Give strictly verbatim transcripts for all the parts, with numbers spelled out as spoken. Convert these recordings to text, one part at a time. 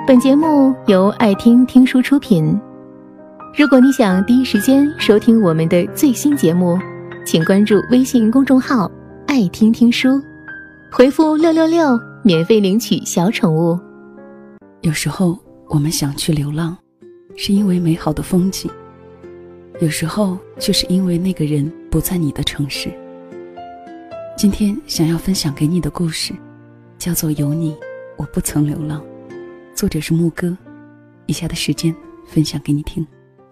本节目由爱听听书出品。如果你想第一时间收听我们的最新节目，请关注微信公众号爱听听书，回复六六六免费领取小宠物。 有时候我们想去流浪，是因为美好的风景，有时候却是因为那个人不在你的城市。今天想要分享给你的故事叫做有你我不曾流浪，作者是牧歌。以下的时间分享给你听。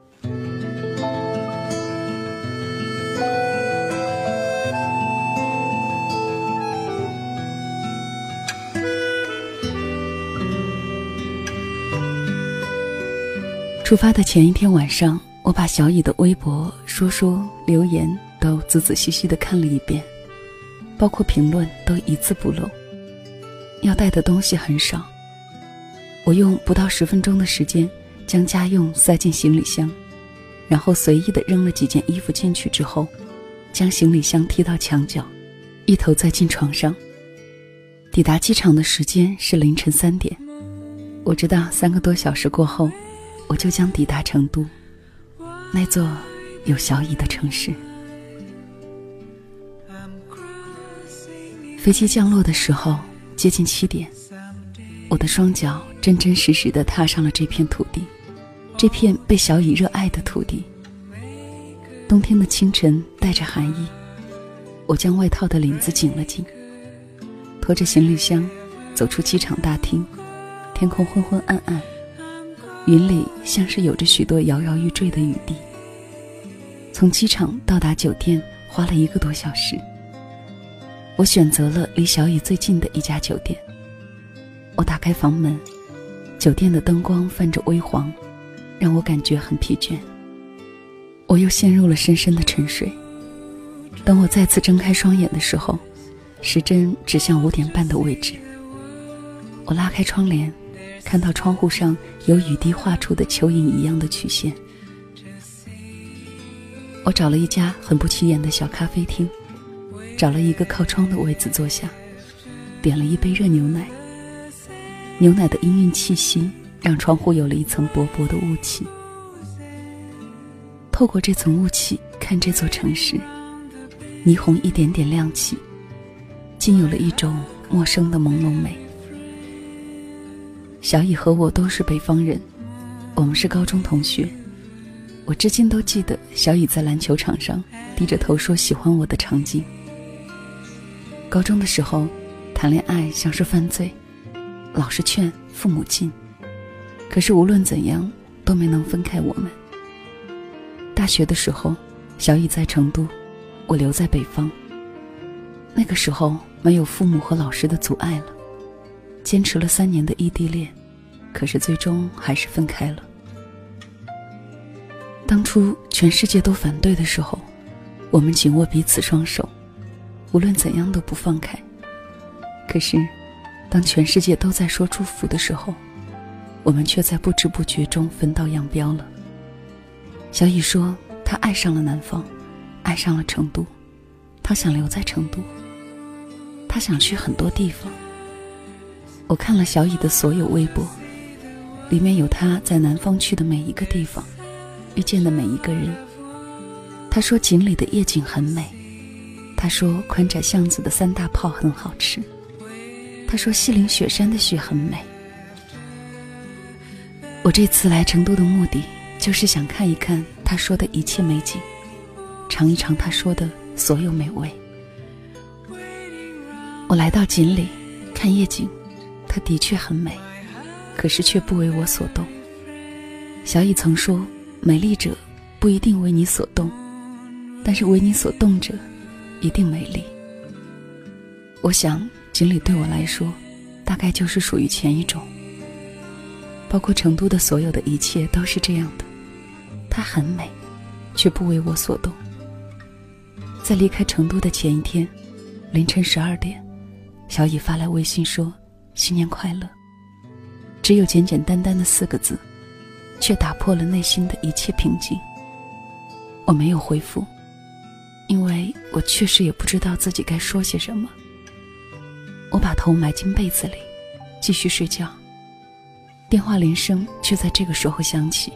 出发的前一天晚上，我把小乙的微博、说说、留言都仔仔细细地看了一遍，包括评论都一字不漏。要带的东西很少，我用不到十分钟的时间将家用塞进行李箱，然后随意地扔了几件衣服进去之后，将行李箱踢到墙角，一头栽进床上。抵达机场的时间是凌晨三点，我知道三个多小时过后我就将抵达成都，那座有小乙的城市。飞机降落的时候接近七点，我的双脚真真实实地踏上了这片土地，这片被小乙热爱的土地。冬天的清晨带着寒意，我将外套的领子紧了紧，拖着行李箱走出机场大厅。天空昏昏暗暗，云里像是有着许多摇摇欲坠的雨滴。从机场到达酒店花了一个多小时，我选择了离小乙最近的一家酒店。我打开房门，酒店的灯光泛着微黄，让我感觉很疲倦。我又陷入了深深的沉睡。当我再次睁开双眼的时候，时针指向五点半的位置。我拉开窗帘，看到窗户上有雨滴画出的蚯蚓一样的曲线。我找了一家很不起眼的小咖啡厅，找了一个靠窗的位子坐下，点了一杯热牛奶。牛奶的氤氲气息让窗户有了一层薄薄的雾气。透过这层雾气看这座城市，霓虹一点点亮起，竟有了一种陌生的朦胧美。小乙和我都是北方人，我们是高中同学。我至今都记得小乙在篮球场上低着头说喜欢我的场景。高中的时候谈恋爱像是犯罪，老师劝，父母禁，可是无论怎样都没能分开我们。大学的时候小乙在成都，我留在北方。那个时候没有父母和老师的阻碍了，坚持了三年的异地恋，可是最终还是分开了。当初全世界都反对的时候，我们紧握彼此双手，无论怎样都不放开。可是当全世界都在说祝福的时候，我们却在不知不觉中分道扬镳了。小乙说他爱上了南方，爱上了成都，他想留在成都，他想去很多地方。我看了小乙的所有微博，里面有他在南方去的每一个地方，遇见的每一个人。他说锦里的夜景很美，他说宽窄巷子的三大炮很好吃，他说西岭雪山的雪很美。我这次来成都的目的就是想看一看他说的一切美景，尝一尝他说的所有美味。我来到锦里看夜景，它的确很美，可是却不为我所动。小乙曾说，美丽者不一定为你所动，但是为你所动者一定美丽。我想锦里对我来说大概就是属于前一种，包括成都的所有的一切都是这样的，它很美，却不为我所动。在离开成都的前一天凌晨十二点，小乙发来微信说新年快乐，只有简简单单的四个字，却打破了内心的一切平静。我没有回复，因为我确实也不知道自己该说些什么。我把头埋进被子里继续睡觉。 电话铃声却在这个时候响起。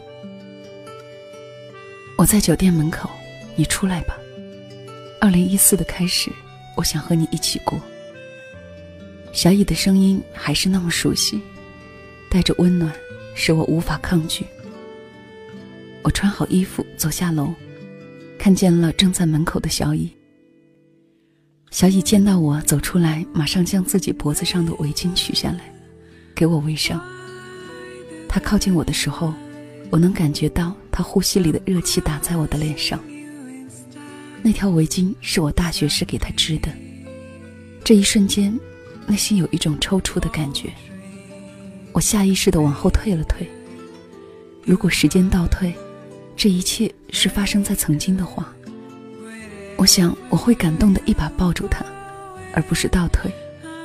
我在酒店门口，你出来吧。二零一四的开始，我想和你一起过。小乙的声音还是那么熟悉，带着温暖，使我无法抗拒。我穿好衣服走下楼，看见了正在门口的小乙。小乙见到我走出来，马上将自己脖子上的围巾取下来，给我围上。他靠近我的时候，我能感觉到他呼吸里的热气打在我的脸上。那条围巾是我大学时给他织的。这一瞬间，内心有一种抽搐的感觉。我下意识地往后退了退。如果时间倒退，这一切是发生在曾经的话，我想我会感动地一把抱住他，而不是倒退。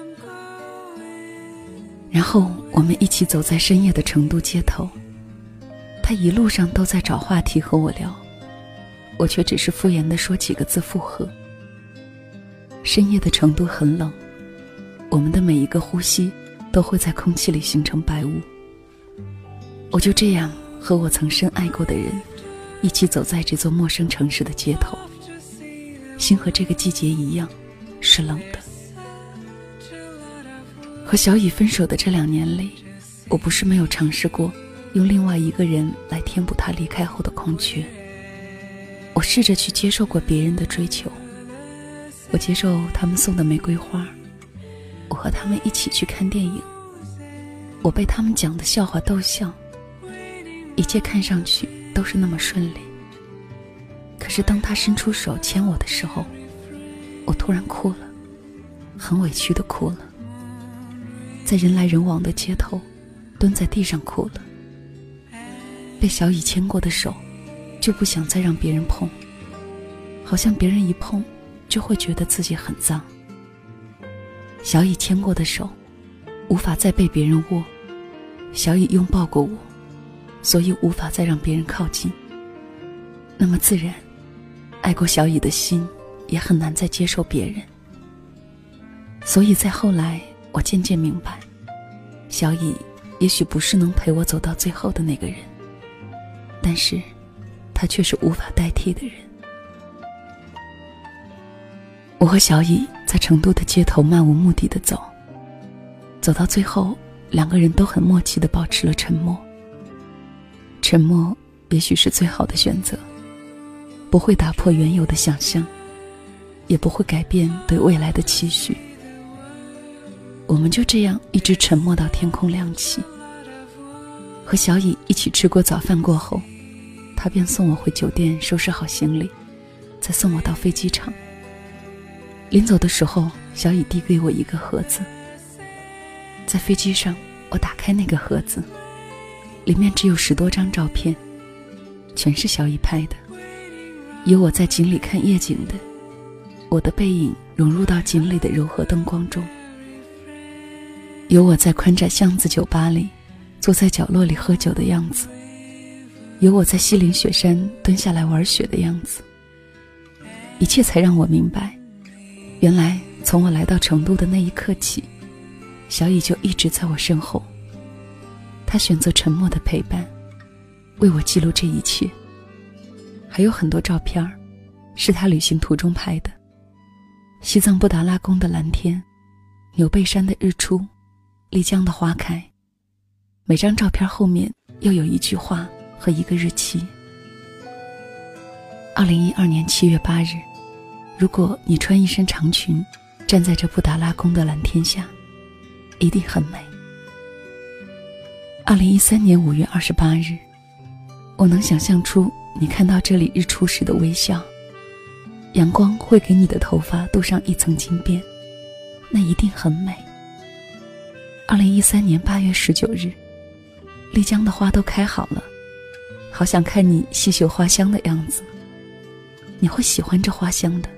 然后我们一起走在深夜的成都街头，他一路上都在找话题和我聊，我却只是敷衍地说几个字附和。深夜的成都很冷，我们的每一个呼吸都会在空气里形成白雾。我就这样和我曾深爱过的人一起走在这座陌生城市的街头，心和这个季节一样是冷的。和小乙分手的这两年里，我不是没有尝试过用另外一个人来填补他离开后的空缺。我试着去接受过别人的追求，我接受他们送的玫瑰花，我和他们一起去看电影，我被他们讲的笑话逗笑，一切看上去都是那么顺利。可是当他伸出手牵我的时候，我突然哭了，很委屈地哭了，在人来人往的街头蹲在地上哭了。被小乙牵过的手就不想再让别人碰，好像别人一碰就会觉得自己很脏。小乙牵过的手无法再被别人握，小乙拥抱过我，所以无法再让别人靠近。那么自然，爱过小乙的心也很难再接受别人。所以在后来，我渐渐明白，小乙也许不是能陪我走到最后的那个人，但是他却是无法代替的人。我和小乙在成都的街头漫无目的地走，走到最后，两个人都很默契地保持了沉默。沉默也许是最好的选择，不会打破原有的想象，也不会改变对未来的期许。我们就这样一直沉默到天空亮起。和小乙一起吃过早饭过后，他便送我回酒店收拾好行李，再送我到飞机场。临走的时候，小乙递给我一个盒子。在飞机上，我打开那个盒子，里面只有十多张照片，全是小乙拍的。有我在井里看夜景的，我的背影融入到井里的柔和灯光中。有我在宽窄巷子酒吧里坐在角落里喝酒的样子，有我在西岭雪山蹲下来玩雪的样子。一切才让我明白，原来从我来到成都的那一刻起，小乙就一直在我身后。他选择沉默的陪伴，为我记录这一切。还有很多照片是他旅行途中拍的，西藏布达拉宫的蓝天，牛背山的日出，丽江的花开。每张照片后面又有一句话和一个日期。二零一二年七月八日，如果你穿一身长裙站在这布达拉宫的蓝天下，一定很美。二零一三年五月二十八日，我能想象出你看到这里日出时的微笑，阳光会给你的头发镀上一层金边，那一定很美。二零一三年八月十九日，丽江的花都开好了，好想看你细嗅花香的样子，你会喜欢这花香的。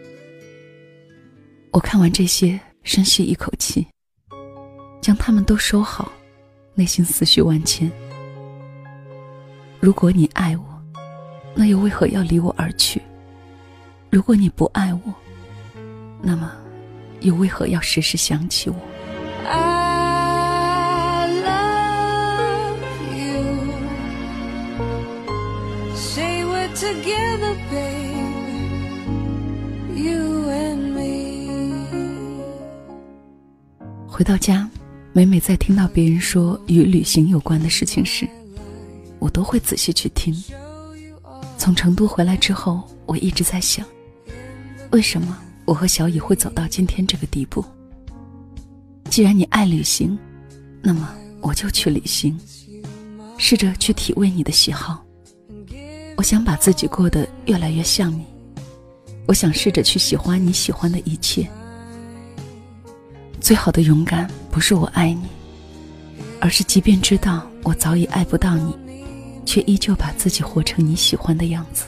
我看完这些，深吸一口气，将它们都收好，内心思绪万千。如果你爱我，那又为何要离我而去？如果你不爱我，那么又为何要时时想起我？ I love together, babe, you and me. 回到家，每每在听到别人说与旅行有关的事情时，我都会仔细去听。从成都回来之后，我一直在想，为什么我和小乙会走到今天这个地步？既然你爱旅行，那么我就去旅行，试着去体味你的喜好。我想把自己过得越来越像你，我想试着去喜欢你喜欢的一切。最好的勇敢不是我爱你，而是即便知道我早已爱不到你，却依旧把自己活成你喜欢的样子。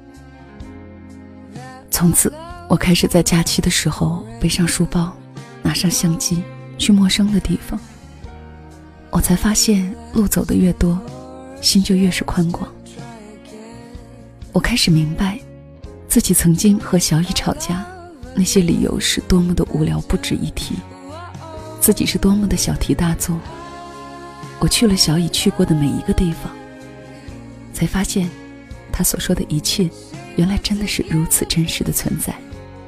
从此我开始在假期的时候背上书包，拿上相机，去陌生的地方。我才发现路走得越多，心就越是宽广。我开始明白自己曾经和小乙吵架，那些理由是多么的无聊不值一提，自己是多么的小题大做。我去了小乙去过的每一个地方，才发现他所说的一切原来真的是如此真实的存在。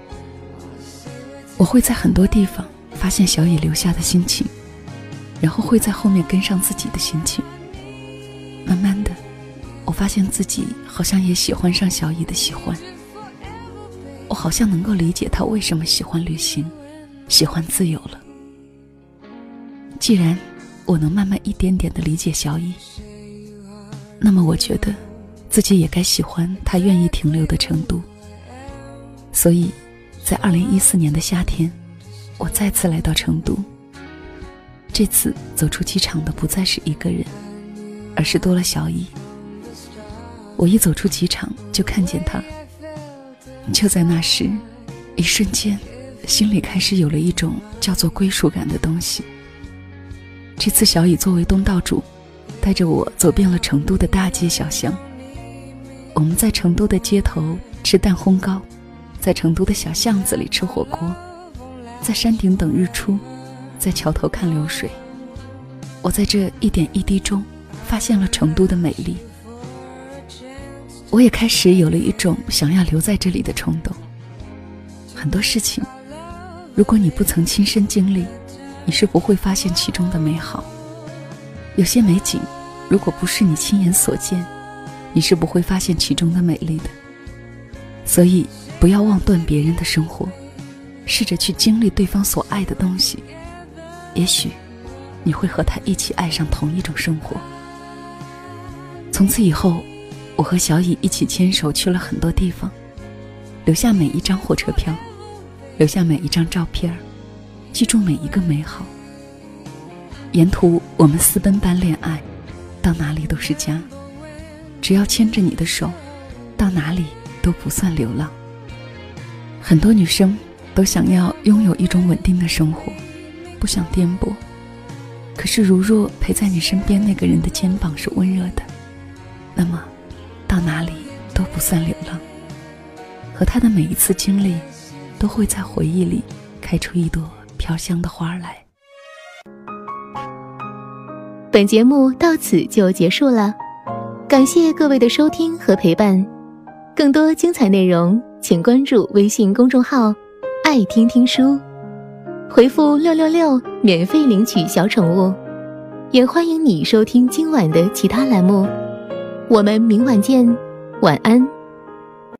我会在很多地方发现小乙留下的心情，然后会在后面跟上自己的心情。慢慢的，我发现自己好像也喜欢上小乙的喜欢，我好像能够理解他为什么喜欢旅行，喜欢自由了。既然我能慢慢一点点地理解小乙，那么我觉得自己也该喜欢他愿意停留的程度。所以在二零一四年的夏天，我再次来到成都。这次走出机场的不再是一个人，而是多了小乙。我一走出机场就看见他，就在那时，一瞬间心里开始有了一种叫做归属感的东西。这次小乙作为东道主，带着我走遍了成都的大街小巷。我们在成都的街头吃蛋烘糕，在成都的小巷子里吃火锅，在山顶等日出，在桥头看流水。我在这一点一滴中发现了成都的美丽。我也开始有了一种想要留在这里的冲动。很多事情，如果你不曾亲身经历，你是不会发现其中的美好。有些美景，如果不是你亲眼所见，你是不会发现其中的美丽的。所以不要妄断别人的生活，试着去经历对方所爱的东西，也许你会和他一起爱上同一种生活。从此以后，我和小乙一起牵手去了很多地方，留下每一张火车票，留下每一张照片，记住每一个美好。沿途我们私奔般恋爱，到哪里都是家。只要牵着你的手，到哪里都不算流浪。很多女生都想要拥有一种稳定的生活，不想颠簸。可是如若陪在你身边那个人的肩膀是温热的，那么到哪里都不算流浪。和他的每一次经历，都会在回忆里开出一朵飘香的花来。 本节目到此就结束了，感谢各位的收听和陪伴。更多精彩内容，请关注微信公众号“爱听听书”，回复六六六免费领取小宠物。也欢迎你收听今晚的其他栏目。我们明晚见，晚安。